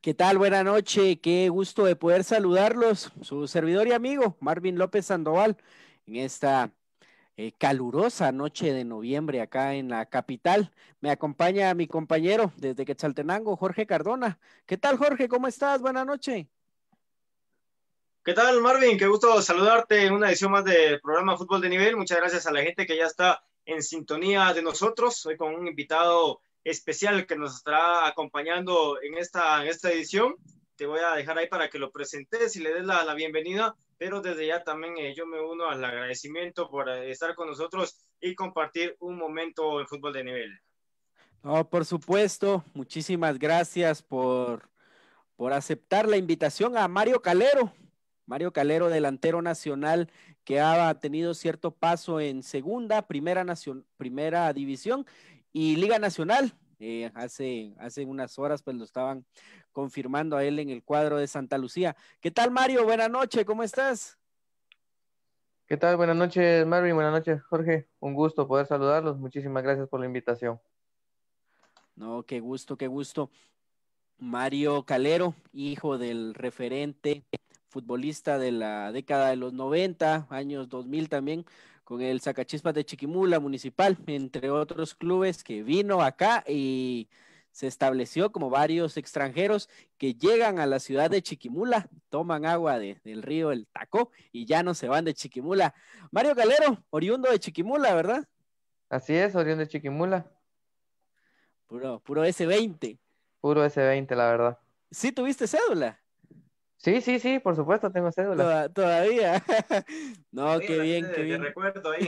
¿Qué tal? Buenas noches, qué gusto de poder saludarlos. Su servidor y amigo Marvin López Sandoval en esta calurosa noche de noviembre acá en la capital. Me acompaña mi compañero desde Quetzaltenango, Jorge Cardona. ¿Qué tal, Jorge? ¿Cómo estás? Buenas noches. ¿Qué tal, Marvin? Qué gusto saludarte en una edición más del programa Fútbol de Nivel. Muchas gracias a la gente que ya está en sintonía de nosotros. Hoy con un invitado especial que nos estará acompañando en esta edición. Te voy a dejar ahí para que lo presentes y le des la bienvenida, pero desde ya también yo me uno al agradecimiento por estar con nosotros y compartir un momento en Fútbol de Nivel. No, por supuesto, muchísimas gracias por aceptar la invitación a Mario Calero. Mario Calero, delantero nacional que ha tenido cierto paso en segunda, primera división y Liga Nacional. Hace unas horas pues lo estaban confirmando a él en el cuadro de Santa Lucía. ¿Qué tal, Mario? Buenas noches, ¿cómo estás? ¿Qué tal? Buenas noches, Marvin. Buenas noches, Jorge. Un gusto poder saludarlos. Muchísimas gracias por la invitación. No, qué gusto, qué gusto. Mario Calero, hijo del referente futbolista de la década de los 90, años 2000 también, con el Sacachispas de Chiquimula Municipal, entre otros clubes que vino acá y se estableció como varios extranjeros que llegan a la ciudad de Chiquimula, toman agua del río El Taco y ya no se van de Chiquimula. Mario Calero, oriundo de Chiquimula, ¿verdad? Así es, Orión de Chiquimula. Puro S20. Puro S20, la verdad. ¿Sí tuviste cédula? Sí, sí, sí, por supuesto, tengo cédula. Todavía. No, Todavía qué la bien, tiene qué de bien. recuerdo ahí.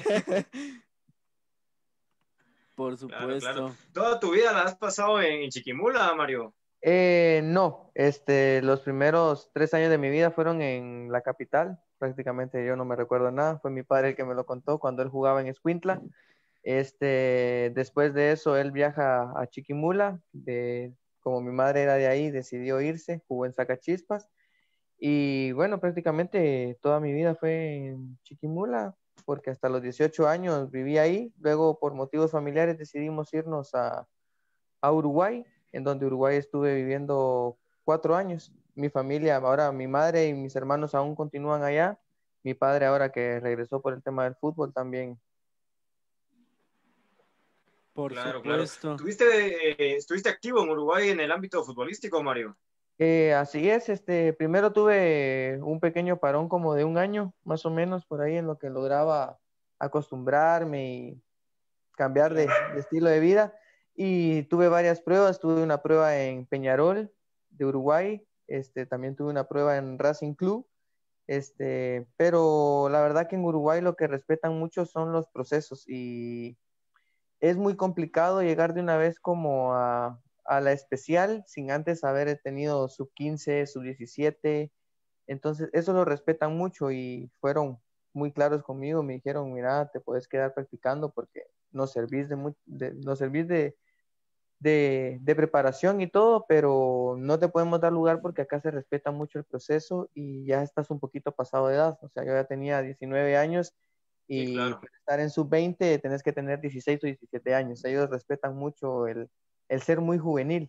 Por Claro, claro. supuesto. ¿Toda tu vida la has pasado en Chiquimula, Mario? No, los primeros 3 años de mi vida fueron en la capital. Prácticamente yo no me recuerdo nada. Fue mi padre el que me lo contó cuando él jugaba en Escuintla. Después de eso, él viaja a Chiquimula. Como mi madre era de ahí, decidió irse, jugó en Sacachispas. Y bueno, prácticamente toda mi vida fue en Chiquimula, porque hasta los 18 años viví ahí. Luego, por motivos familiares, decidimos irnos a Uruguay, en donde Uruguay estuve viviendo 4 años. Mi familia, ahora mi madre y mis hermanos aún continúan allá. Mi padre, ahora que regresó por el tema del fútbol, también. Por Claro, claro. supuesto. ¿Estuviste activo en Uruguay en el ámbito futbolístico, Mario? Así es, primero tuve un pequeño parón como de un año, más o menos, por ahí en lo que lograba acostumbrarme y cambiar de estilo de vida. Y tuve varias pruebas, tuve una prueba en Peñarol de Uruguay, también tuve una prueba en Racing Club, pero la verdad que en Uruguay lo que respetan mucho son los procesos y es muy complicado llegar de una vez como a la especial sin antes haber tenido sub 15 sub 17. Entonces eso lo respetan mucho y fueron muy claros conmigo, me dijeron, mira, te puedes quedar practicando porque nos servís nos servís de preparación y todo, pero no te podemos dar lugar porque acá se respeta mucho el proceso y ya estás un poquito pasado de edad. O sea, yo ya tenía 19 años Sí, y claro. para estar en sub 20 tenés que tener 16 o 17 años. Ellos respetan mucho el ser muy juvenil.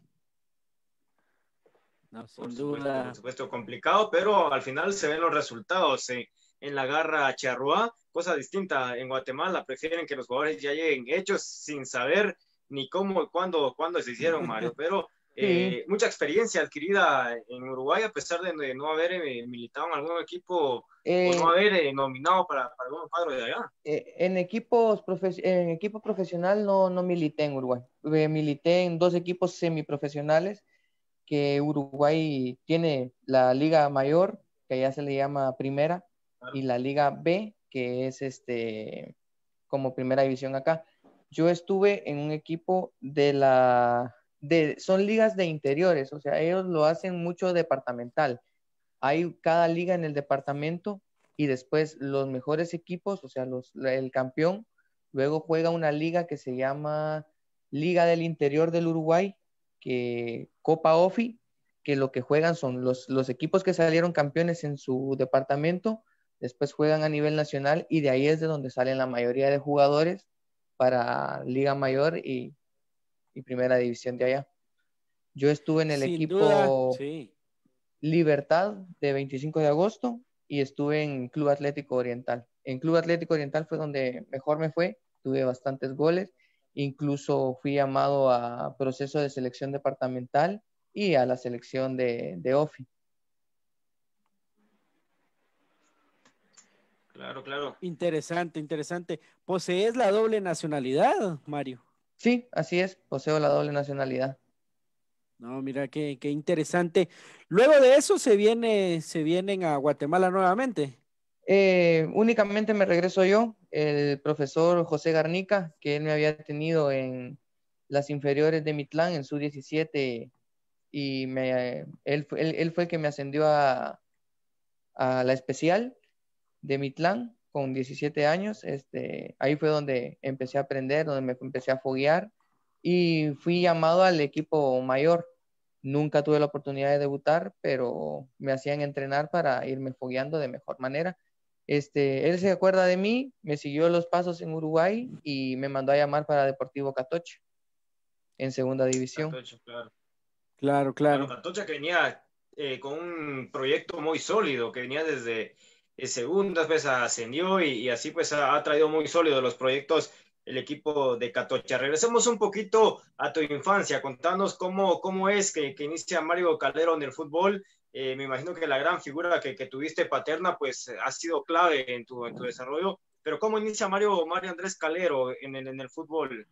No, sin Por duda. supuesto, complicado, pero al final se ven los resultados en la garra charrúa, cosa distinta. En Guatemala prefieren que los jugadores ya lleguen hechos sin saber ni cómo, cuándo se hicieron, Mario, pero Sí, mucha experiencia adquirida en Uruguay a pesar de no haber militado en algún equipo o no eh, haber nominado para algún cuadro de allá. en equipo profesional no milité en Uruguay. Milité en dos equipos semiprofesionales que Uruguay tiene la Liga Mayor, que allá se le llama Primera, y Claro. la Liga B, que es como Primera División acá. Yo estuve en un equipo son ligas de interiores, o sea, ellos lo hacen mucho departamental. Hay cada liga en el departamento y después los mejores equipos, o sea, el campeón, luego juega una liga que se llama Liga del Interior del Uruguay, que Copa OFI, que lo que juegan son los equipos que salieron campeones en su departamento, después juegan a nivel nacional y de ahí es de donde salen la mayoría de jugadores para Liga Mayor y Primera División de allá. Yo estuve en el Sin duda, equipo sí. Libertad de 25 de agosto y estuve en Club Atlético Oriental. En Club Atlético Oriental fue donde mejor me fue, tuve bastantes goles, incluso fui llamado a proceso de selección departamental y a la selección de OFI. Claro, claro. Interesante, interesante. ¿Posees la doble nacionalidad, Mario? Sí, así es, poseo la doble nacionalidad. No, mira qué interesante. Luego de eso se vienen a Guatemala nuevamente. Únicamente me regreso yo, el profesor José Garnica, que él me había tenido en las inferiores de Mitlán, en su 17 y él fue el que me ascendió a la especial de Mitlán con 17 años. Ahí fue donde empecé a aprender, donde me empecé a foguear y fui llamado al equipo mayor. Nunca tuve la oportunidad de debutar, pero me hacían entrenar para irme fogueando de mejor manera. Él se acuerda de mí, me siguió los pasos en Uruguay y me mandó a llamar para Deportivo Catoche en segunda división. Catocha, claro. Claro, Claro, claro. Catocha que venía con un proyecto muy sólido, que venía desde segundas, pues ascendió y así pues ha traído muy sólido los proyectos el equipo de Catocha. Regresemos un poquito a tu infancia, contanos cómo es que inicia Mario Calero en el fútbol. Me imagino que la gran figura que tuviste paterna pues ha sido clave en tu desarrollo, pero ¿cómo inicia Mario Andrés Calero en el fútbol?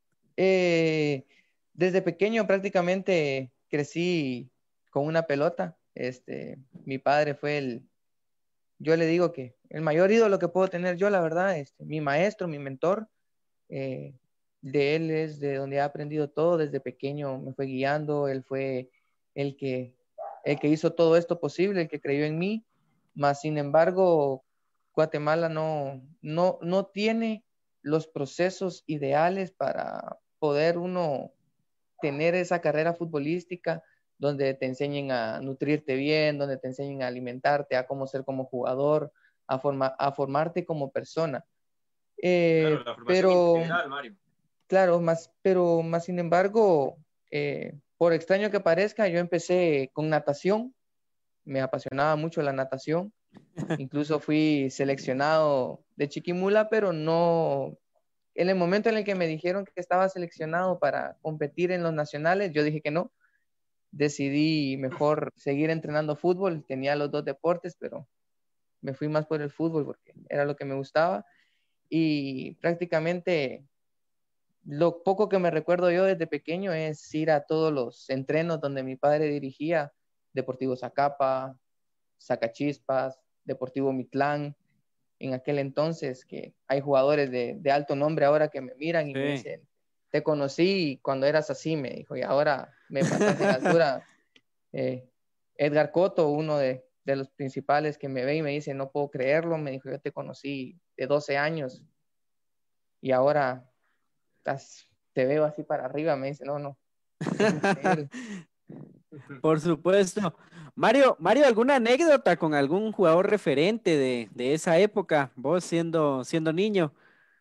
Desde pequeño prácticamente crecí con una pelota. Mi padre fue yo le digo que el mayor ídolo que puedo tener yo, la verdad, mi maestro, mi mentor. eh, de él es de donde he aprendido todo. Desde pequeño me fue guiando, él fue el que, el que hizo todo esto posible, el que creyó en mí. Mas, sin embargo, Guatemala no tiene los procesos ideales para poder uno tener esa carrera futbolística donde te enseñen a nutrirte bien, donde te enseñen a alimentarte, a cómo ser como jugador, a formarte como persona. Claro, la formación Pero, integral, Mario. claro, pero más sin embargo, por extraño que parezca, yo empecé con natación, me apasionaba mucho la natación, incluso fui seleccionado de Chiquimula, pero no, en el momento en el que me dijeron que estaba seleccionado para competir en los nacionales, yo dije que no, decidí mejor seguir entrenando fútbol, tenía los dos deportes, pero me fui más por el fútbol porque era lo que me gustaba y prácticamente lo poco que me recuerdo yo desde pequeño es ir a todos los entrenos donde mi padre dirigía, Deportivo Zacapa, Zacachispas, Deportivo Mitlán, en aquel entonces, que hay jugadores de alto nombre ahora que me miran y me Sí. dicen, te conocí cuando eras así, me dijo, y ahora me pasas en altura. Edgar Coto, uno de los principales que me ve y me dice, no puedo creerlo, me dijo, yo te conocí de 12 años y ahora te veo así para arriba, me dice, no, es increíble. Por supuesto. Mario, ¿alguna anécdota con algún jugador referente de esa época? Vos siendo niño.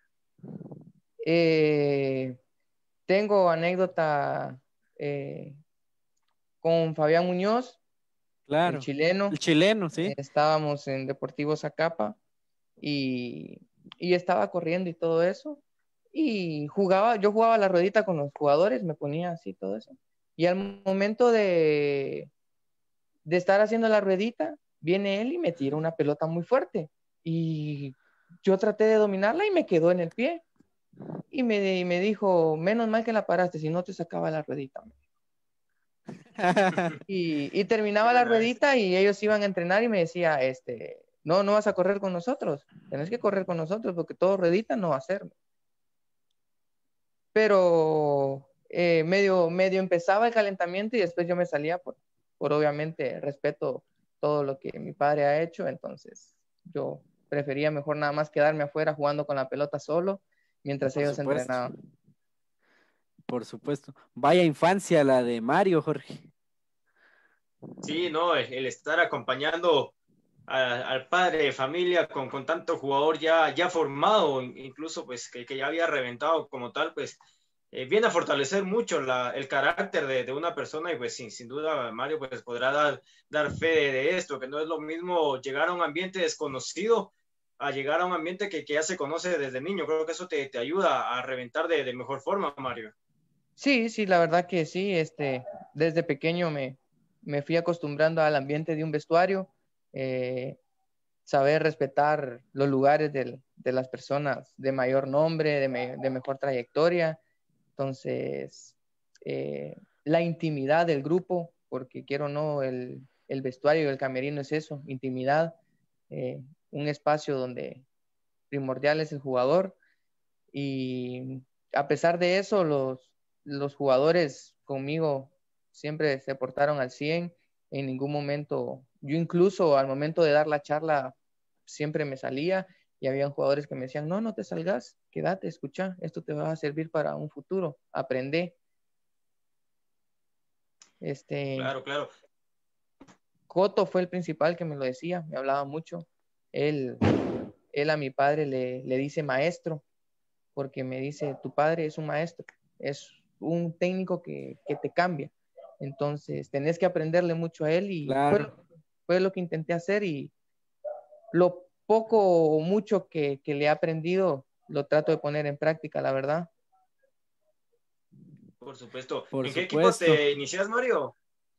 Eh, Tengo anécdota con Fabián Muñoz, el Claro. El chileno. chileno, sí. Estábamos en Deportivo Zacapa y, y estaba corriendo y todo eso. Y yo jugaba la ruedita con los jugadores, me ponía así todo eso. Y al momento de estar haciendo la ruedita, viene él y me tira una pelota muy fuerte. Y yo traté de dominarla y me quedó en el pie. Y me dijo, menos mal que la paraste, si no te sacaba la ruedita. Y terminaba Qué la buena es. ruedita y ellos iban a entrenar y me decía, no vas a correr con nosotros, tenés que correr con nosotros porque todo ruedita no va a ser. Pero medio empezaba el calentamiento y después yo me salía por obviamente respeto todo lo que mi padre ha hecho, entonces yo prefería mejor nada más quedarme afuera jugando con la pelota solo mientras Por ellos supuesto, entrenaban. por supuesto. Vaya infancia la de Mario, Jorge. Sí, no, el estar acompañando al padre de familia con tanto jugador ya formado, incluso pues que ya había reventado como tal, pues viene a fortalecer mucho el carácter de una persona y pues sin duda Mario pues podrá dar fe de esto, que no es lo mismo llegar a un ambiente desconocido a llegar a un ambiente que ya se conoce desde niño. Creo que eso te ayuda a reventar de mejor forma, Mario. Sí, sí, la verdad que sí, desde pequeño me fui acostumbrando al ambiente de un vestuario, eh, saber respetar los lugares de las personas de mayor nombre, de mejor trayectoria. Entonces, la intimidad del grupo, porque quiero o no, el vestuario y el camerino es eso, intimidad, un espacio donde primordial es el jugador y a pesar de eso, los jugadores conmigo siempre se portaron al 100, en ningún momento, yo incluso al momento de dar la charla siempre me salía y habían jugadores que me decían, no, no te salgas, quédate, escucha, esto te va a servir para un futuro, aprende. Claro, claro. Coto fue el principal que me lo decía, me hablaba mucho. Él, él a mi padre le dice maestro, porque me dice, tu padre es un maestro, es un técnico que te cambia. Entonces, tenés que aprenderle mucho a él y Claro. fue lo que intenté hacer y lo poco o mucho que le he aprendido lo trato de poner en práctica, la verdad. Por supuesto. Por ¿En qué equipo supuesto. te inicias, Mario?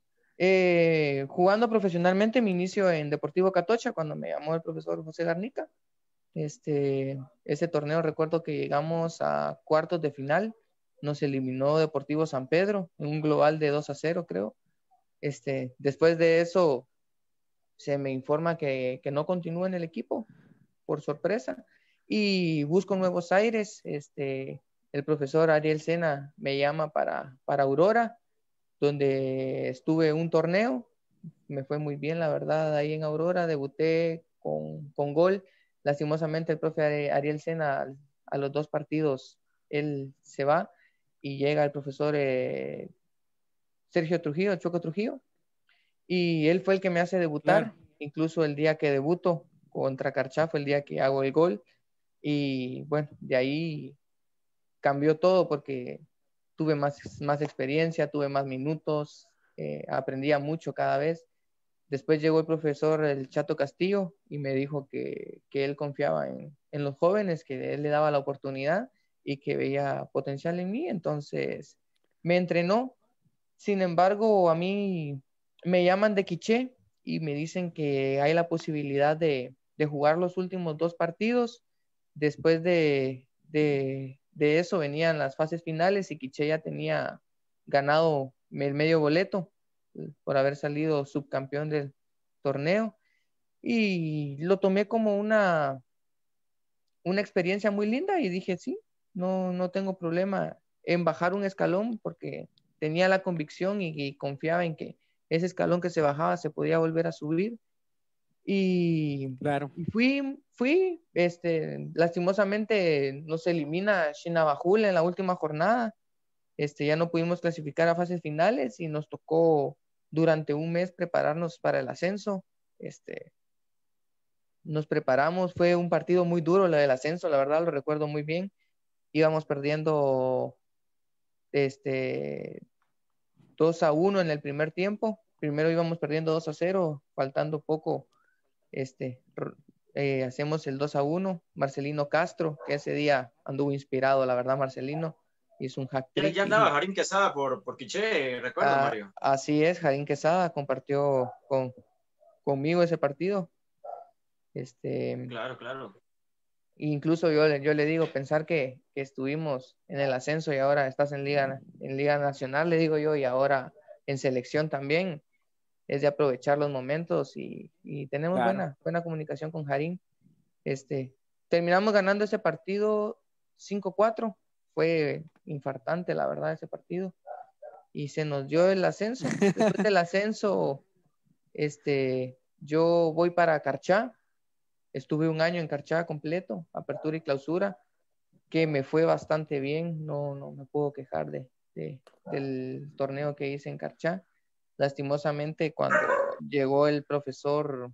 Jugando profesionalmente, mi inicio en Deportivo Catocha, cuando me llamó el profesor José Garnica. Ese torneo recuerdo que llegamos a cuartos de final, nos eliminó Deportivo San Pedro en un global de 2-0, creo. Después de eso se me informa que no continúa en el equipo, por sorpresa, y busco nuevos aires. El profesor Ariel Sena me llama para Aurora, donde estuve un torneo, me fue muy bien, la verdad, ahí en Aurora, debuté con gol. Lastimosamente el profe Ariel Sena a los 2 partidos, él se va y llega el profesor Sergio Trujillo, Choco Trujillo, y él fue el que me hace debutar, Claro. incluso el día que debuto contra Carchá fue el día que hago el gol, y bueno, de ahí cambió todo porque tuve más experiencia, tuve más minutos, aprendía mucho cada vez. Después llegó el profesor el Chato Castillo y me dijo que él confiaba en los jóvenes, que él le daba la oportunidad y que veía potencial en mí. Entonces me entrenó. Sin embargo, a mí me llaman de Quiché y me dicen que hay la posibilidad de jugar los últimos 2 partidos. Después de eso venían las fases finales y Quiché ya tenía ganado el medio boleto por haber salido subcampeón del torneo y lo tomé como una experiencia muy linda y dije, sí, no, no tengo problema en bajar un escalón porque tenía la convicción y confiaba en que ese escalón que se bajaba se podía volver a subir Claro. y lastimosamente nos elimina Shinabajul en la última jornada. Ya no pudimos clasificar a fases finales y nos tocó durante un mes prepararnos para el ascenso. Nos preparamos, fue un partido muy duro, la del ascenso, la verdad lo recuerdo muy bien. Íbamos perdiendo 2-1 en el primer tiempo. Primero íbamos perdiendo 2-0, faltando poco, hacemos el 2-1. Marcelino Castro, que ese día anduvo inspirado, la verdad, Marcelino, hizo un hack trick Ya andaba y Jarín Quesada por Quiché, recuerdo, Mario. así es, Jarín Quesada compartió conmigo ese partido. Claro, claro. Incluso yo le digo, pensar que estuvimos en el ascenso y ahora estás en Liga Nacional, le digo yo, y ahora en selección también, es de aprovechar los momentos y tenemos Claro. buena comunicación con Jarín. Terminamos ganando ese partido 5-4, fue infartante la verdad ese partido, y se nos dio el ascenso. Después del ascenso, yo voy para Carchá. Estuve un año en Carchá completo, apertura y clausura, que me fue bastante bien, no, no me puedo quejar del torneo que hice en Carchá. Lastimosamente, cuando llegó el profesor,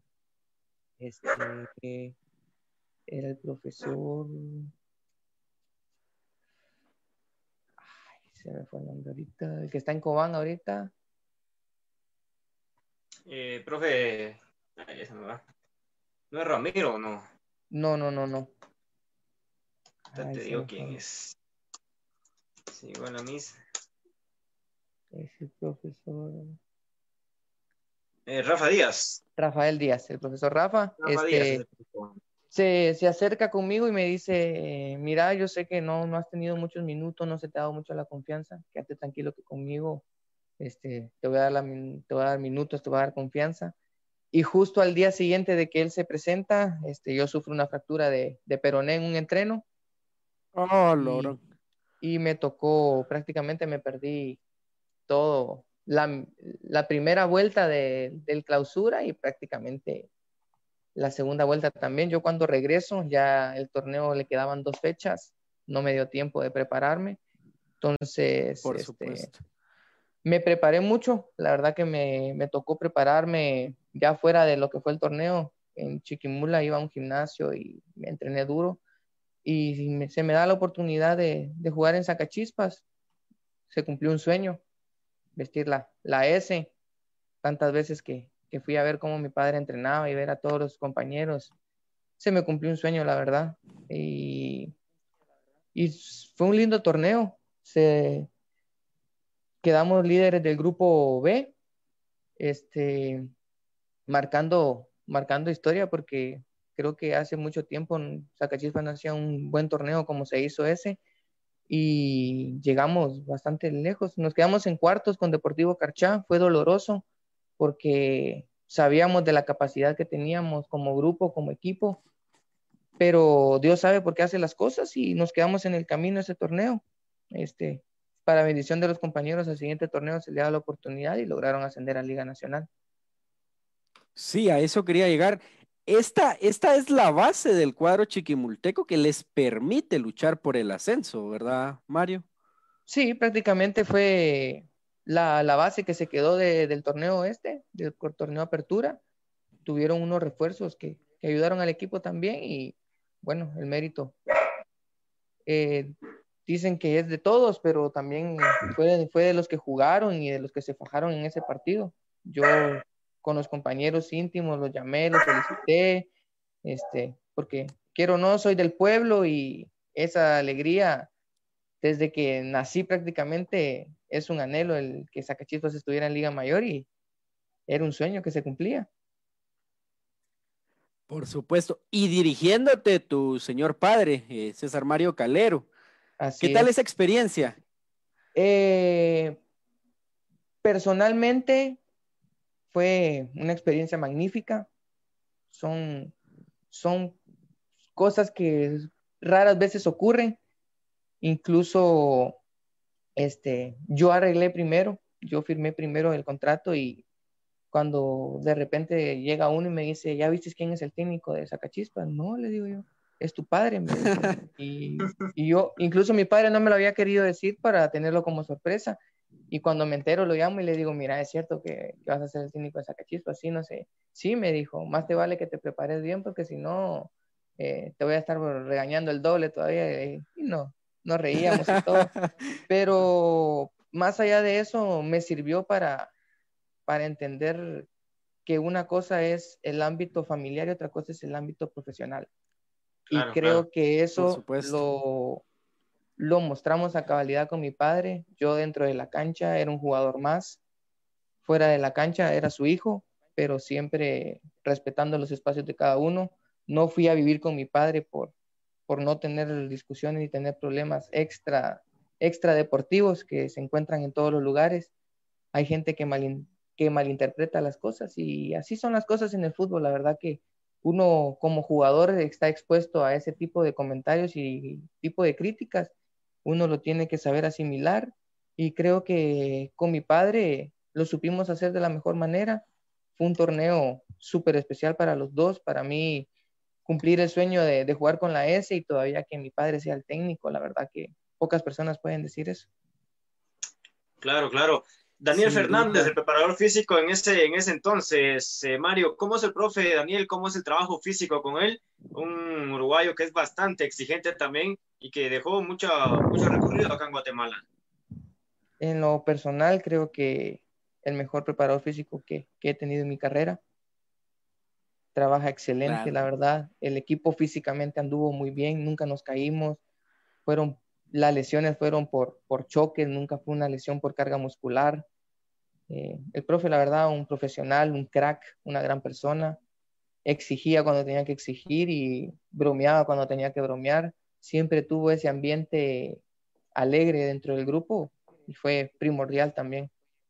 era el profesor, se me fue el nombre ahorita, el que está en Cobán ahorita. Profe, ay, se me va. ¿No es Ramiro o no? No. Ya Ay, te se digo me quién fue. es. Sí, bueno, mis. Ese profesor. Rafa Díaz. Rafael Díaz, el profesor Rafa, Rafa Díaz es el profesor. se acerca conmigo y me dice, mira, yo sé que no has tenido muchos minutos, no se te ha dado mucho la confianza, quédate tranquilo que conmigo te voy a dar minutos, te voy a dar confianza. Y justo al día siguiente de que él se presenta, yo sufro una fractura de peroné en un entreno Oh, y, loro. y me tocó, prácticamente me perdí todo, la primera vuelta del clausura y prácticamente la segunda vuelta también. Yo cuando regreso, ya el torneo le quedaban 2 fechas, no me dio tiempo de prepararme. Entonces, Por supuesto. me preparé mucho. La verdad que me tocó prepararme ya fuera de lo que fue el torneo. En Chiquimula iba a un gimnasio y me entrené duro. Y se me da la oportunidad de jugar en Sacachispas. Se cumplió un sueño, vestir la S. Tantas veces que fui a ver cómo mi padre entrenaba y ver a todos los compañeros, se me cumplió un sueño, la verdad. Y fue un lindo torneo. Quedamos líderes del grupo B, marcando historia, porque creo que hace mucho tiempo Sacachispas no hacía un buen torneo como se hizo ese, y llegamos bastante lejos. Nos quedamos en cuartos con Deportivo Carchá. Fue doloroso porque sabíamos de la capacidad que teníamos como grupo, como equipo, pero Dios sabe por qué hace las cosas y nos quedamos en el camino de ese torneo. Para bendición de los compañeros, al siguiente torneo se le da la oportunidad y lograron ascender a Liga Nacional. Sí, a eso quería llegar. Esta es la base del cuadro chiquimulteco que les permite luchar por el ascenso, ¿verdad, Mario? Sí, prácticamente fue la base que se quedó del torneo del torneo Apertura. Tuvieron unos refuerzos que ayudaron al equipo también y bueno, el mérito. Dicen que es de todos, pero también fue de los que jugaron y de los que se fajaron en ese partido. Yo con los compañeros íntimos los llamé, los felicité, porque quiero o no, soy del pueblo y esa alegría desde que nací prácticamente es un anhelo el que Sacachispas estuviera en Liga Mayor y era un sueño que se cumplía. Por supuesto. Y dirigiéndote tu señor padre, César Mario Calero. ¿Qué Así tal es. esa experiencia? Personalmente fue una experiencia magnífica. Son cosas que raras veces ocurren. Incluso yo arreglé primero, yo firmé primero el contrato y cuando de repente llega uno y me dice, ¿ya viste quién es el técnico de Sacachispas? No, le digo yo, es tu padre, me dice. Y yo, incluso mi padre no me lo había querido decir para tenerlo como sorpresa. Y cuando me entero lo llamo y le digo, mira, es cierto que vas a ser el técnico de Sacachispas, sí, no sé. Sí, me dijo, más te vale que te prepares bien porque si no, te voy a estar regañando el doble todavía. Y no, nos reíamos y todo. Pero más allá de eso, me sirvió para entender que una cosa es el ámbito familiar y otra cosa es el ámbito profesional. Y Claro, creo claro. que Por eso supuesto. lo mostramos a cabalidad con mi padre. Yo dentro de la cancha era un jugador más, fuera de la cancha era su hijo, pero siempre respetando los espacios de cada uno. No fui a vivir con mi padre por no tener discusiones ni tener problemas extra deportivos que se encuentran en todos los lugares. Hay gente que malinterpreta las cosas y así son las cosas en el fútbol. La verdad que uno como jugador está expuesto a ese tipo de comentarios y tipo de críticas. Uno lo tiene que saber asimilar y creo que con mi padre lo supimos hacer de la mejor manera. Fue un torneo súper especial para los dos. Para mí, cumplir el sueño de jugar con la S y todavía que mi padre sea el técnico, la verdad que pocas personas pueden decir eso. Claro, claro. Daniel Sin Fernández, duda. el preparador físico en ese entonces. Mario, ¿cómo es el profe Daniel? ¿Cómo es el trabajo físico con él? Un uruguayo que es bastante exigente también y que dejó mucho recorrido acá en Guatemala. En lo personal, creo que el mejor preparador físico que he tenido en mi carrera. Trabaja excelente, Claro. la verdad. El equipo físicamente anduvo muy bien, nunca nos caímos. Fueron, las lesiones fueron por choques, nunca fue una lesión por carga muscular. El profe, la verdad, un profesional, un crack, una gran persona. Exigía cuando tenía que exigir y bromeaba cuando tenía que bromear. Siempre tuvo ese ambiente alegre dentro del grupo y fue primordial también.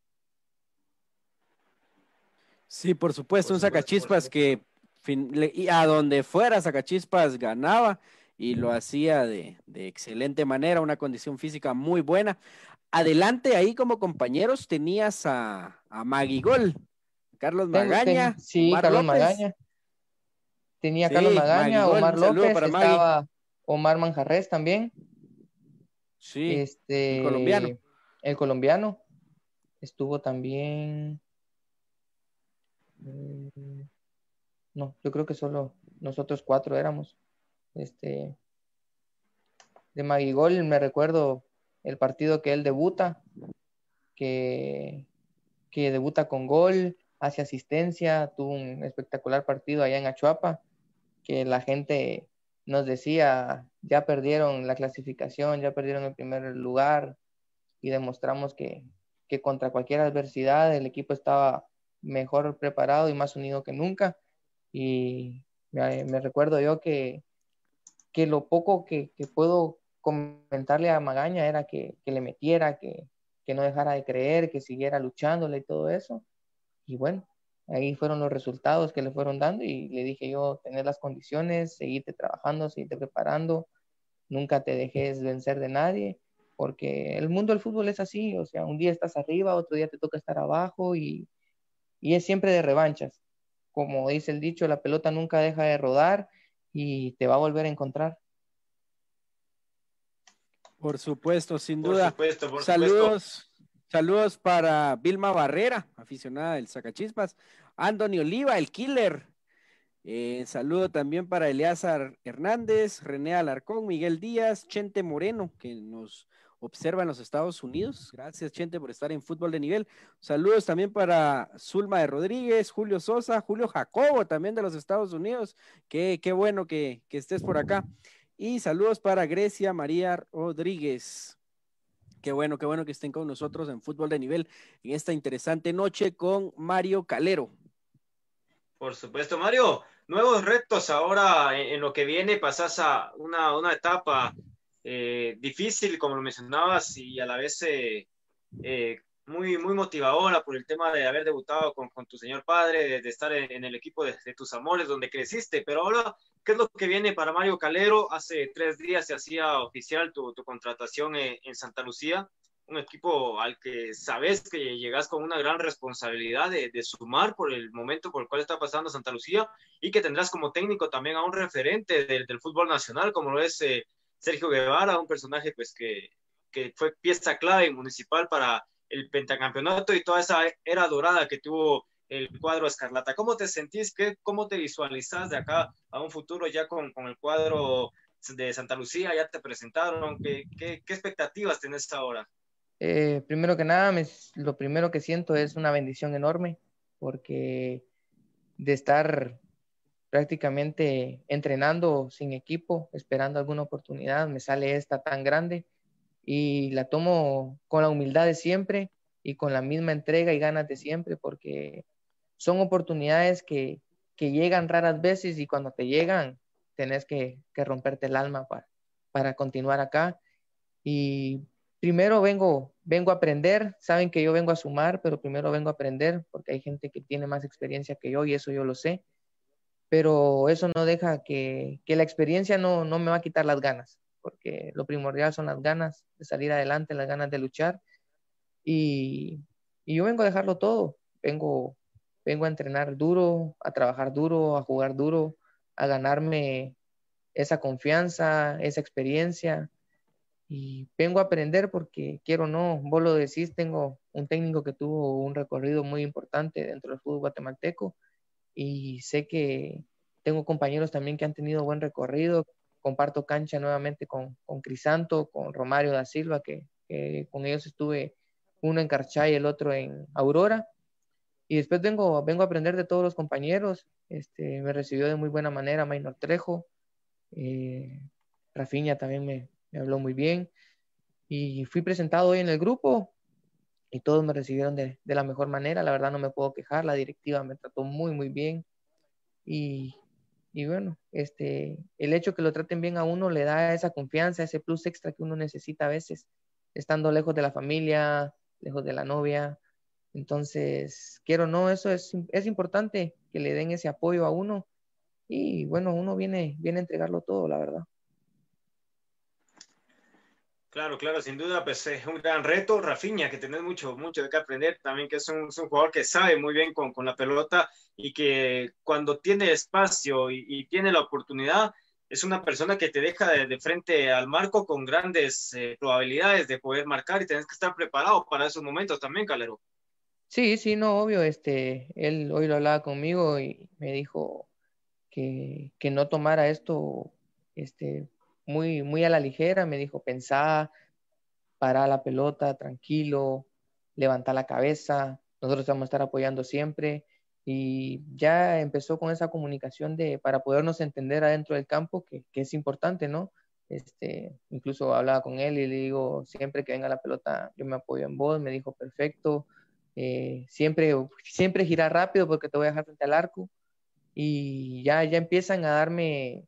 Sí, por supuesto, Por un supuesto, por sacachispas supuesto. que y a donde fuera sacachispas ganaba y lo hacía de excelente manera, una condición física muy buena. Adelante ahí como compañeros tenías a Maguigol, Carlos Magaña, Sí, Omar Carlos López. Magaña. Tenía Carlos Sí, Magaña, Maguigol, Omar un saludo López, para Magui. estaba Omar Manjarres también, Sí, el colombiano. este, el colombiano, estuvo también, mm, no, yo creo que solo nosotros cuatro éramos, este, de Maguigol me recuerdo el partido que él debuta, que, que debuta con gol, hace asistencia, tuvo un espectacular partido allá en Achuapa, que la gente nos decía, ya perdieron la clasificación, ya perdieron el primer lugar y demostramos que contra cualquier adversidad el equipo estaba mejor preparado y más unido que nunca. Y me recuerdo yo que lo poco que puedo comentarle a Magaña era que le metiera, que no dejara de creer, que siguiera luchándole y todo eso. Y bueno, ahí fueron los resultados que le fueron dando y le dije yo, tener las condiciones, seguirte trabajando, seguirte preparando, nunca te dejes vencer de nadie, porque el mundo del fútbol es así, o sea, un día estás arriba, otro día te toca estar abajo y es siempre de revanchas. Como dice el dicho, la pelota nunca deja de rodar y te va a volver a encontrar. Por supuesto, sin Por duda. supuesto, por supuesto. Saludos, saludos para Vilma Barrera, aficionada del Sacachispas. Anthony Oliva, el killer. Saludo también para Eleazar Hernández, René Alarcón, Miguel Díaz, Chente Moreno, que nos observa en los Estados Unidos. Gracias, Chente, por estar en Fútbol de Nivel. Saludos también para Zulma de Rodríguez, Julio Sosa, Julio Jacobo, también de los Estados Unidos. Qué bueno que estés por acá. Y saludos para Grecia María Rodríguez. Qué bueno que estén con nosotros en Fútbol de Nivel en esta interesante noche con Mario Calero. Por supuesto, Mario. Nuevos retos ahora en lo que viene. Pasas a una etapa difícil, como lo mencionabas, y a la vez muy, muy motivadora por el tema de haber debutado con tu señor padre, de estar en el equipo de tus amores donde creciste. Pero ahora, ¿qué es lo que viene para Mario Calero? Hace 3 días se hacía oficial tu contratación en Santa Lucía, un equipo al que sabes que llegas con una gran responsabilidad de sumar por el momento por el cual está pasando Santa Lucía y que tendrás como técnico también a un referente del fútbol nacional como lo es Sergio Guevara, un personaje pues que fue pieza clave municipal para el pentacampeonato y toda esa era dorada que tuvo el cuadro Escarlata. ¿Cómo te sentís? ¿Cómo te visualizás de acá a un futuro ya con el cuadro de Santa Lucía? ¿Ya te presentaron? ¿Qué expectativas tenés ahora? Primero que nada, lo primero que siento es una bendición enorme, porque de estar prácticamente entrenando sin equipo, esperando alguna oportunidad, me sale esta tan grande y la tomo con la humildad de siempre y con la misma entrega y ganas de siempre, porque son oportunidades que llegan raras veces y cuando te llegan, tenés que romperte el alma para continuar acá. Y primero vengo a aprender, saben que yo vengo a sumar, pero primero vengo a aprender porque hay gente que tiene más experiencia que yo y eso yo lo sé, pero eso no deja que la experiencia no me va a quitar las ganas, porque lo primordial son las ganas de salir adelante, las ganas de luchar y, y yo vengo a dejarlo todo, vengo a entrenar duro, a trabajar duro, a jugar duro, a ganarme esa confianza, esa experiencia y vengo a aprender porque quiero o no, vos lo decís, tengo un técnico que tuvo un recorrido muy importante dentro del fútbol guatemalteco y sé que tengo compañeros también que han tenido buen recorrido. Comparto cancha nuevamente con Crisanto, con Romario da Silva, que con ellos estuve uno en Carchay y el otro en Aurora. Y después vengo a aprender de todos los compañeros. Me recibió de muy buena manera Maynor Trejo. Rafinha también me habló muy bien. Y fui presentado hoy en el grupo y todos me recibieron de la mejor manera. La verdad no me puedo quejar. La directiva me trató muy, muy bien. Y bueno, el hecho que lo traten bien a uno le da esa confianza, ese plus extra que uno necesita a veces, estando lejos de la familia, lejos de la novia. Entonces, quiero o no, eso es importante que le den ese apoyo a uno. Y bueno, uno viene a entregarlo todo, la verdad. Claro, claro, sin duda, pues es un gran reto. Rafinha, que tenés mucho, mucho de qué aprender, también que es un jugador que sabe muy bien con la pelota y que cuando tiene espacio y tiene la oportunidad, es una persona que te deja de frente al marco con grandes probabilidades de poder marcar y tenés que estar preparado para esos momentos también, Calero. Sí, sí, no, obvio, él hoy lo hablaba conmigo y me dijo que no tomara esto, muy, muy a la ligera. Me dijo, pensá, para la pelota, tranquilo, levanta la cabeza, nosotros te vamos a estar apoyando siempre. Y ya empezó con esa comunicación para podernos entender adentro del campo, que es importante, ¿no? Incluso hablaba con él y le digo, siempre que venga la pelota, yo me apoyo en vos. Me dijo, perfecto, siempre gira rápido porque te voy a dejar frente al arco. Y ya empiezan a darme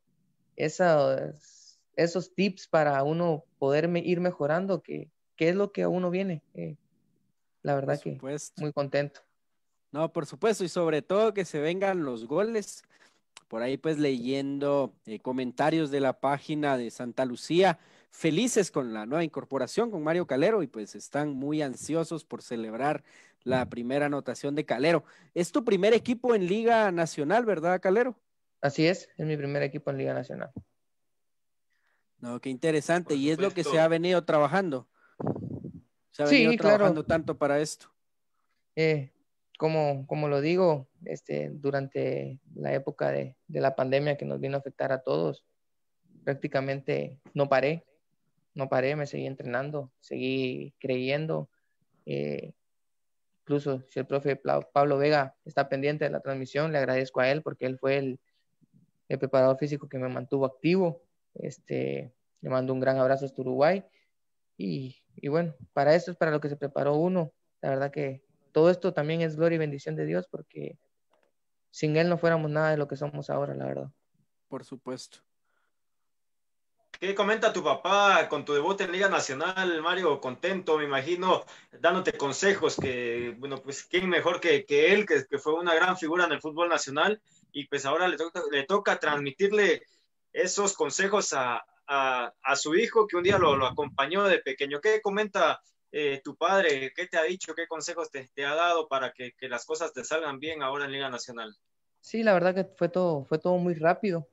esos tips para uno poder ir mejorando, que es lo que a uno viene. La Por verdad que supuesto. muy contento. No, por supuesto, y sobre todo que se vengan los goles. Por ahí pues leyendo comentarios de la página de Santa Lucía, felices con la nueva incorporación con Mario Calero y pues están muy ansiosos por celebrar la primera anotación de Calero. Es tu primer equipo en Liga Nacional, ¿verdad, Calero? Así es mi primer equipo en Liga Nacional. No, qué interesante. Por Y es lo que se ha supuesto. venido trabajando. Se ha venido Sí, claro. trabajando tanto para esto. eh, como lo digo, durante la época de la pandemia que nos vino a afectar a todos, prácticamente no paré, me seguí entrenando, seguí creyendo. eh, Incluso si el profe Pablo Vega está pendiente de la transmisión, le agradezco a él porque él fue el preparador físico que me mantuvo activo. Le mando un gran abrazo hasta Uruguay. Y bueno, para eso es para lo que se preparó uno. La verdad que todo esto también es gloria y bendición de Dios porque sin Él no fuéramos nada de lo que somos ahora, la verdad. Por supuesto. ¿Qué comenta tu papá con tu debut en Liga Nacional, Mario? Contento, me imagino, dándote consejos que, bueno, pues quién mejor que él, que fue una gran figura en el fútbol nacional y pues ahora le toca transmitirle esos consejos a su hijo que un día lo acompañó de pequeño. ¿Qué comenta tu padre? ¿Qué te ha dicho? ¿Qué consejos te ha dado para que las cosas te salgan bien ahora en Liga Nacional? Sí, la verdad que fue todo muy rápido.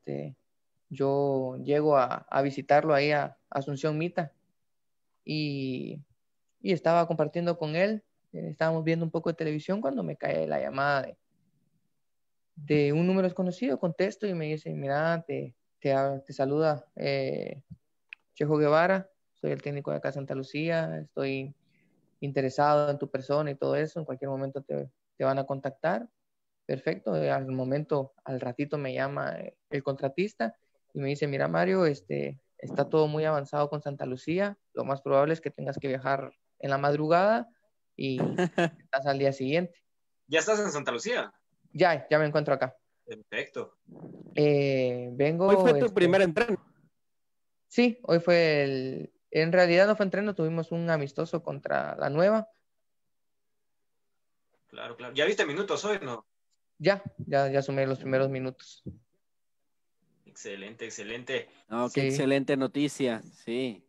Yo llego a visitarlo ahí a Asunción Mita y, y estaba compartiendo con él. Estábamos viendo un poco de televisión cuando me cae la llamada de un número desconocido. Contesto y me dice, mira, te saluda Chejo Guevara, soy el técnico de acá de Santa Lucía, estoy interesado en tu persona y todo eso, en cualquier momento te van a contactar. Perfecto, al ratito me llama el contratista y me dice, mira Mario, está todo muy avanzado con Santa Lucía, lo más probable es que tengas que viajar en la madrugada y estás al día siguiente. ¿Ya estás en Santa Lucía? Ya me encuentro acá. Perfecto. Hoy fue Vengo, tu primer entreno. sí, hoy en realidad no fue entreno, tuvimos un amistoso contra la Nueva. Claro, claro. ¿Ya viste minutos hoy, no? Ya sumé los primeros minutos. Excelente, excelente. No, qué Sí. excelente noticia. Sí.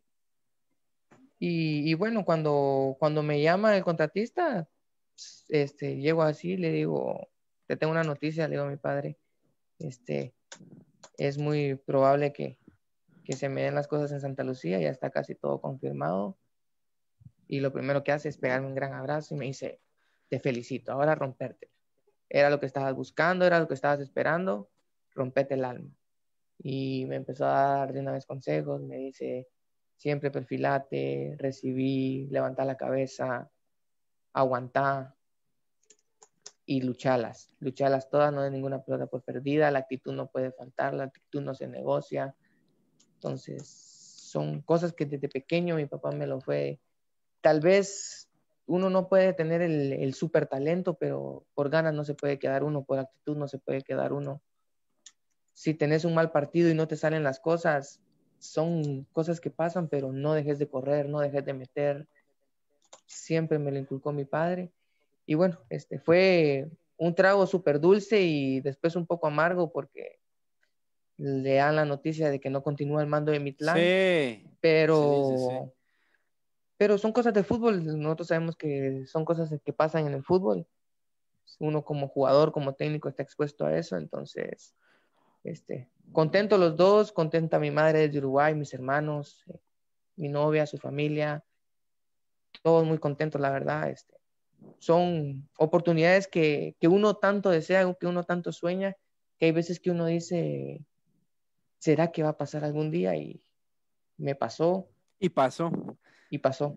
Y bueno, cuando me llama el contratista, llego así, le digo, te tengo una noticia, le digo a mi padre, este, es muy probable que se me den las cosas en Santa Lucía, ya está casi todo confirmado. Y lo primero que hace es pegarme un gran abrazo y me dice, te felicito, ahora romperte. Era lo que estabas buscando, era lo que estabas esperando, rompete el alma. Y me empezó a dar de una vez consejos, me dice, siempre perfilate, recibí, levantar la cabeza, aguantar y lucharlas todas, no hay ninguna pelota por perdida, la actitud no puede faltar, la actitud no se negocia. Entonces, son cosas que desde pequeño mi papá me lo fue. Tal vez uno no puede tener el súper talento, pero por ganas no se puede quedar uno, por actitud no se puede quedar uno. Si tenés un mal partido y no te salen las cosas, son cosas que pasan, pero no dejes de correr, no dejes de meter. Siempre me lo inculcó mi padre. Y bueno, fue un trago súper dulce y después un poco amargo porque le dan la noticia de que no continúa el mando de Mitlán, Sí, sí. pero son cosas de fútbol. Nosotros sabemos que son cosas que pasan en el fútbol. Uno como jugador, como técnico está expuesto a eso, entonces contento los dos, contenta mi madre desde Uruguay, mis hermanos, mi novia, su familia, todos muy contentos, la verdad. Son oportunidades que uno tanto desea, que uno tanto sueña, que hay veces que uno dice, ¿será que va a pasar algún día? Y me pasó Y pasó. y pasó.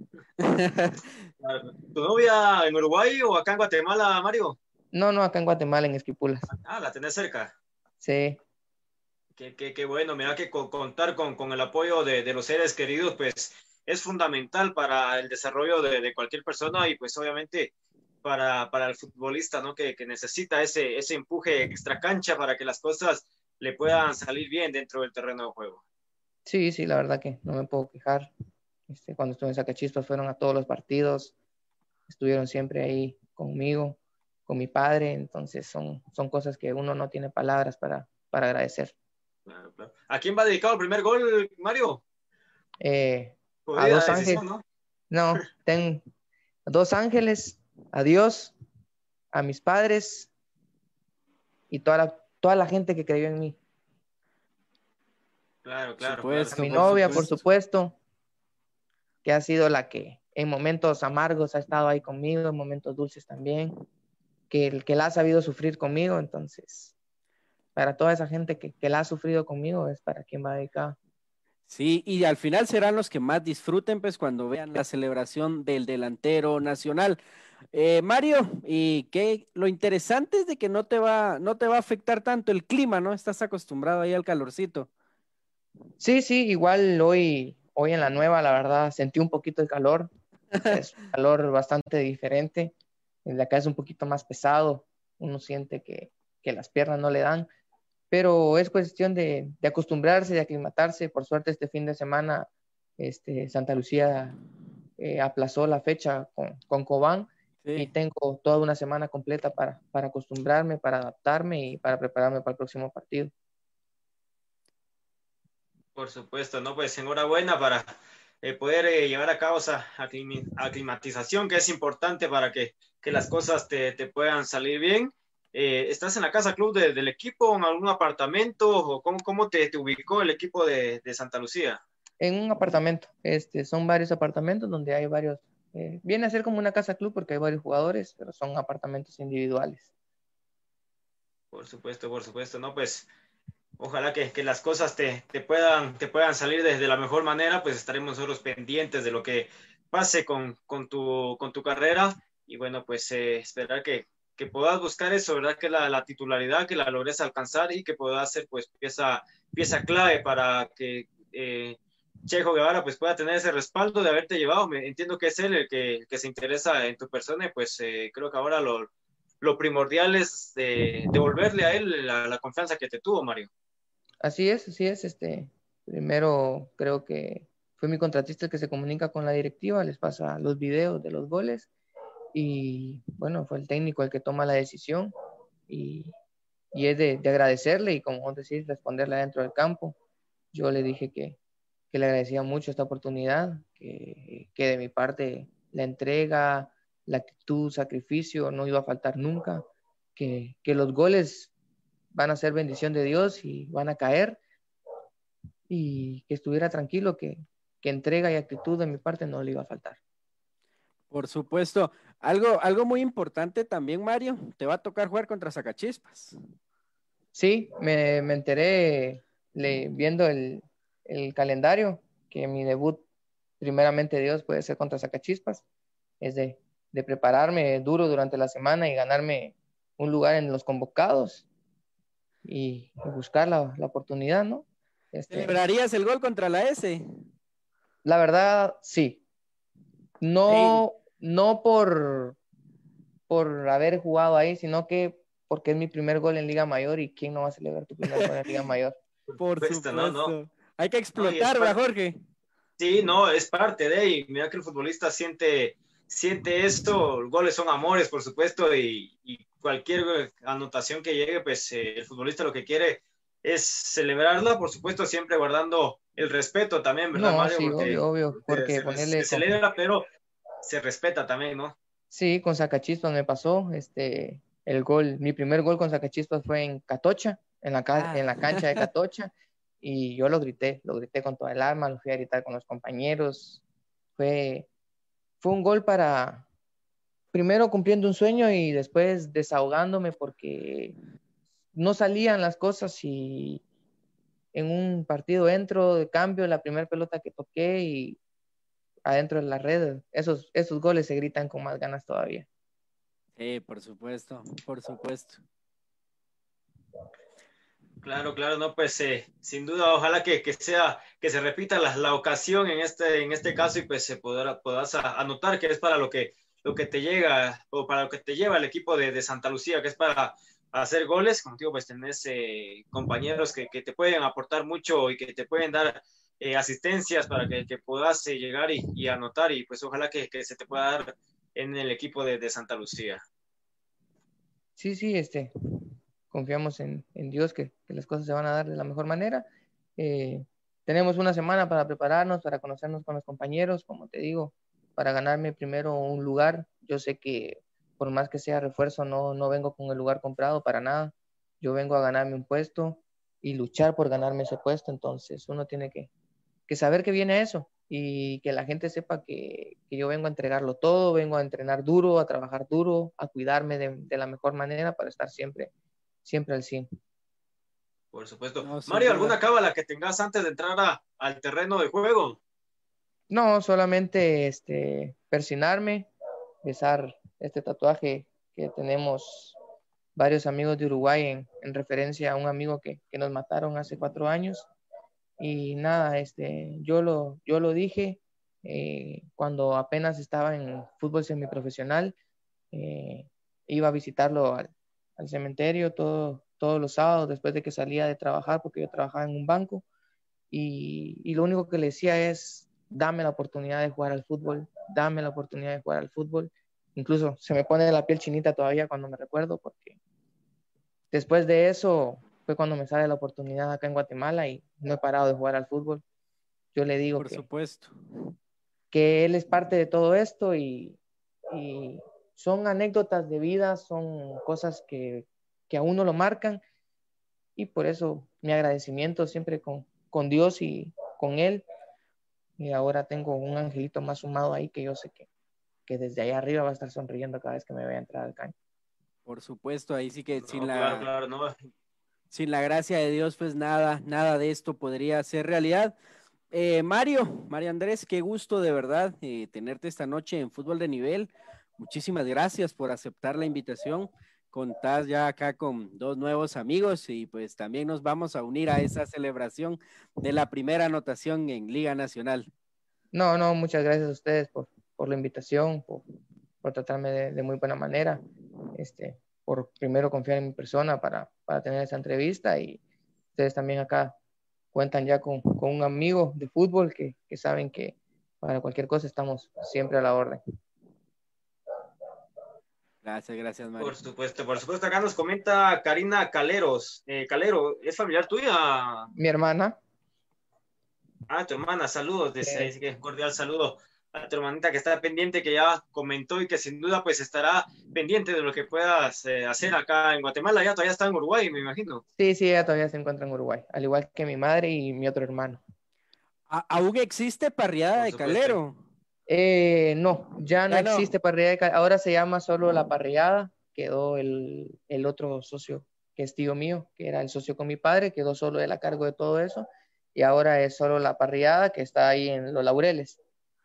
¿Tu novia en Uruguay o acá en Guatemala, Mario? No, no, acá en Guatemala, en Esquipulas. Ah, la tenés cerca. Sí, Qué bueno, mira que contar con el apoyo de los seres queridos, pues es fundamental para el desarrollo de cualquier persona y pues obviamente para el futbolista, ¿no? Que necesita ese empuje extra cancha para que las cosas le puedan salir bien dentro del terreno de juego. sí, sí, la verdad que no me puedo quejar. Cuando estuve en Sacachispas fueron a todos los partidos, estuvieron siempre ahí conmigo, con mi padre, entonces son cosas que uno no tiene palabras para agradecer. Claro, claro. ¿A quién va dedicado el primer gol, Mario? A Podría dos decisión, ángeles, ¿no? no, ten dos ángeles, a Dios, a mis padres y toda la gente que creyó en mí. A Supuesto, mi por novia, por supuesto. supuesto, que ha sido la que en momentos amargos ha estado ahí conmigo, en momentos dulces también, que la ha sabido sufrir conmigo, entonces, para toda esa gente que la ha sufrido conmigo, es para quien va dedicado. Sí, y al final serán los que más disfruten, pues, cuando vean la celebración del delantero nacional. Mario, y que lo interesante es de que no te va a afectar tanto el clima, ¿no? Estás acostumbrado ahí al calorcito. Sí, sí, igual hoy en la nueva, la verdad, sentí un poquito el calor, es un calor bastante diferente, el de acá es un poquito más pesado, uno siente que las piernas no le dan, pero es cuestión de acostumbrarse, de aclimatarse. Por suerte este fin de semana Santa Lucía aplazó la fecha con Cobán y Sí, tengo toda una semana completa para acostumbrarme, para adaptarme y para prepararme para el próximo partido. Por supuesto, ¿no? Pues enhorabuena para poder llevar a cabo esa aclimatización que es importante para que las cosas te puedan salir bien. ¿Estás en la casa club del equipo, en algún apartamento o cómo te ubicó el equipo de Santa Lucía? En un apartamento, son varios apartamentos donde hay varios, viene a ser como una casa club porque hay varios jugadores, pero son apartamentos individuales. Por supuesto, ¿no? Pues ojalá que las cosas te puedan salir desde la mejor manera, pues estaremos nosotros pendientes de lo que pase con tu carrera y bueno, pues esperar que puedas buscar eso, ¿verdad? Que la titularidad, que la logres alcanzar y que puedas ser pues pieza clave para que Chejo Guevara pues pueda tener ese respaldo de haberte llevado. Entiendo que es él el que se interesa en tu persona y pues creo que ahora lo primordial es devolverle a él la confianza que te tuvo, Mario. Así es, primero creo que fue mi contratista el que se comunica con la directiva, les pasa los videos de los goles y bueno, fue el técnico el que toma la decisión y, y es de agradecerle y como vos decís, responderle dentro del campo. Yo le dije que le agradecía mucho esta oportunidad, que de mi parte la entrega, la actitud, sacrificio no iba a faltar nunca, que los goles van a ser bendición de Dios y van a caer y que estuviera tranquilo, que entrega y actitud de mi parte no le iba a faltar. por supuesto. Algo muy importante también, Mario, te va a tocar jugar contra Sacachispas. Sí, me enteré viendo el calendario que mi debut primeramente Dios puede ser contra Sacachispas, es de prepararme duro durante la semana y ganarme un lugar en los convocados y buscar la oportunidad, ¿no? ¿Celebrarías el gol contra la S? La verdad, sí. Sí. No por haber jugado ahí, sino que porque es mi primer gol en Liga Mayor y ¿quién no va a celebrar tu primer gol en Liga Mayor? Por Supuesto, no, no, supuesto. Hay que no, y es explotar, ¿verdad, Jorge? sí, no, es parte de, y mira que el futbolista siente esto, los goles son amores, por supuesto, y cualquier anotación que llegue, pues el futbolista lo que quiere es celebrarla, por supuesto, siempre guardando el respeto también, ¿verdad, No, Mario? sí, Porque obvio, porque se ponerle con... celebra, pero se respeta también, ¿no? Sí, con Sacachispas me pasó, el gol, mi primer gol con Sacachispas fue en Catocha, Ah. en la cancha de Catocha, y yo lo grité con toda el alma, lo fui a gritar con los compañeros, fue, fue un gol para, primero cumpliendo un sueño y después desahogándome porque no salían las cosas y en un partido entro de cambio, la primera pelota que toqué y adentro de la red, esos goles se gritan con más ganas todavía. Sí, por supuesto, por supuesto. Claro, claro, no, pues sin duda, ojalá que se repita la ocasión en este caso y pues se podrás anotar que es para lo que te llega o para lo que te lleva el equipo de Santa Lucía, que es para hacer goles. Contigo pues tenés compañeros que te pueden aportar mucho y que te pueden dar asistencias para que puedas llegar y anotar y pues ojalá que se te pueda dar en el equipo de Santa Lucía. Sí, sí, confiamos en Dios que las cosas se van a dar de la mejor manera. Tenemos una semana para prepararnos, para conocernos con los compañeros, como te digo, para ganarme primero un lugar. Yo sé que por más que sea refuerzo, no vengo con el lugar comprado para nada. Yo vengo a ganarme un puesto y luchar por ganarme ese puesto. Entonces uno tiene que saber que viene eso y que la gente sepa que yo vengo a entregarlo todo, vengo a entrenar duro, a trabajar duro, a cuidarme de la mejor manera para estar siempre al 100. Por supuesto. No, sin Mario, ¿alguna duda. cábala que tengas antes de entrar al terreno de juego? No, solamente persinarme, besar este tatuaje que tenemos varios amigos de Uruguay en referencia a un amigo que nos mataron hace 4 años. Y nada, yo lo dije cuando apenas estaba en fútbol semiprofesional, eh, iba a visitarlo al cementerio todos los sábados después de que salía de trabajar, porque yo trabajaba en un banco, y lo único que le decía es, dame la oportunidad de jugar al fútbol, dame la oportunidad de jugar al fútbol. Incluso se me pone la piel chinita todavía cuando me recuerdo, porque después de eso fue cuando me sale la oportunidad acá en Guatemala y no he parado de jugar al fútbol. Yo le digo Por supuesto. que él es parte de todo esto y son anécdotas de vida, son cosas que a uno lo marcan y por eso mi agradecimiento siempre con Dios y con él. Y ahora tengo un angelito más sumado ahí que yo sé que desde allá arriba va a estar sonriendo cada vez que me vea entrar al caño. Por supuesto, ahí sí que No, claro, claro, no. sin la gracia de Dios, pues nada, nada de esto podría ser realidad. Mario Andrés, qué gusto de verdad tenerte esta noche en Fútbol de Nivel. Muchísimas gracias por aceptar la invitación. Contás ya acá con dos nuevos amigos y pues también nos vamos a unir a esa celebración de la primera anotación en Liga Nacional. No, muchas gracias a ustedes por la invitación, por tratarme de muy buena manera, por primero confiar en mi persona para tener esta entrevista y ustedes también acá cuentan ya con un amigo de fútbol que saben que para cualquier cosa estamos siempre a la orden. Gracias, gracias, Mario. Por supuesto, por supuesto. Acá nos comenta Karina Caleros. Calero, ¿es familiar tuya? Mi hermana, Ah, tu hermana, saludos. Así que cordial saludo a tu hermanita que está pendiente, que ya comentó y que sin duda pues estará pendiente de lo que puedas hacer acá en Guatemala. Ya todavía está en Uruguay, me imagino. sí, ella todavía se encuentra en Uruguay, al igual que mi madre y mi otro hermano. ¿Aún existe parriada Por de supuesto. Calero? No, ya no Ya no. existe parrillada, ahora se llama solo la parrillada, quedó el otro socio que es tío mío, que era el socio con mi padre, quedó solo él a cargo de todo eso, y ahora es solo la parrillada que está ahí en Los Laureles.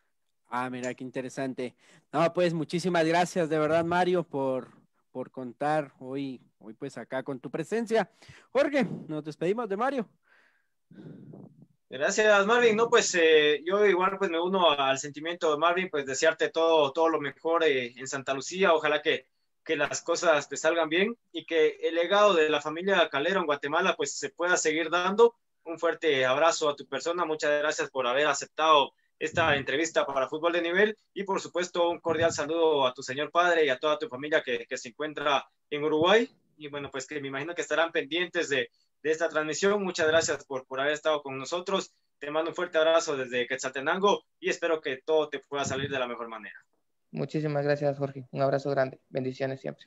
Ah, mira, qué interesante. No, pues muchísimas gracias de verdad, Mario, por contar hoy pues acá con tu presencia. Jorge, nos despedimos de Mario. Gracias, Marvin. No, pues yo igual pues me uno al sentimiento de Marvin, pues desearte todo lo mejor en Santa Lucía. Ojalá que las cosas te salgan bien y que el legado de la familia Calero en Guatemala pues se pueda seguir dando. Un fuerte abrazo a tu persona. Muchas gracias por haber aceptado esta entrevista para Fútbol de Nivel y por supuesto un cordial saludo a tu señor padre y a toda tu familia que se encuentra en Uruguay. Y bueno, pues que me imagino que estarán pendientes de esta transmisión. Muchas gracias por haber estado con nosotros. Te mando un fuerte abrazo desde Quetzaltenango y espero que todo te pueda salir de la mejor manera. Muchísimas gracias, Jorge. Un abrazo grande. Bendiciones siempre.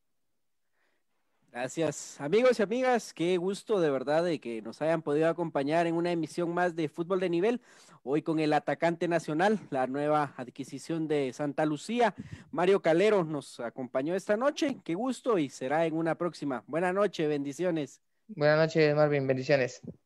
Gracias, amigos y amigas, qué gusto de verdad de que nos hayan podido acompañar en una emisión más de Fútbol de Nivel, hoy con el atacante nacional, la nueva adquisición de Santa Lucía. Mario Calero nos acompañó esta noche, qué gusto y será en una próxima. Buenas noches, bendiciones. Buenas noches, Marvin. Bendiciones.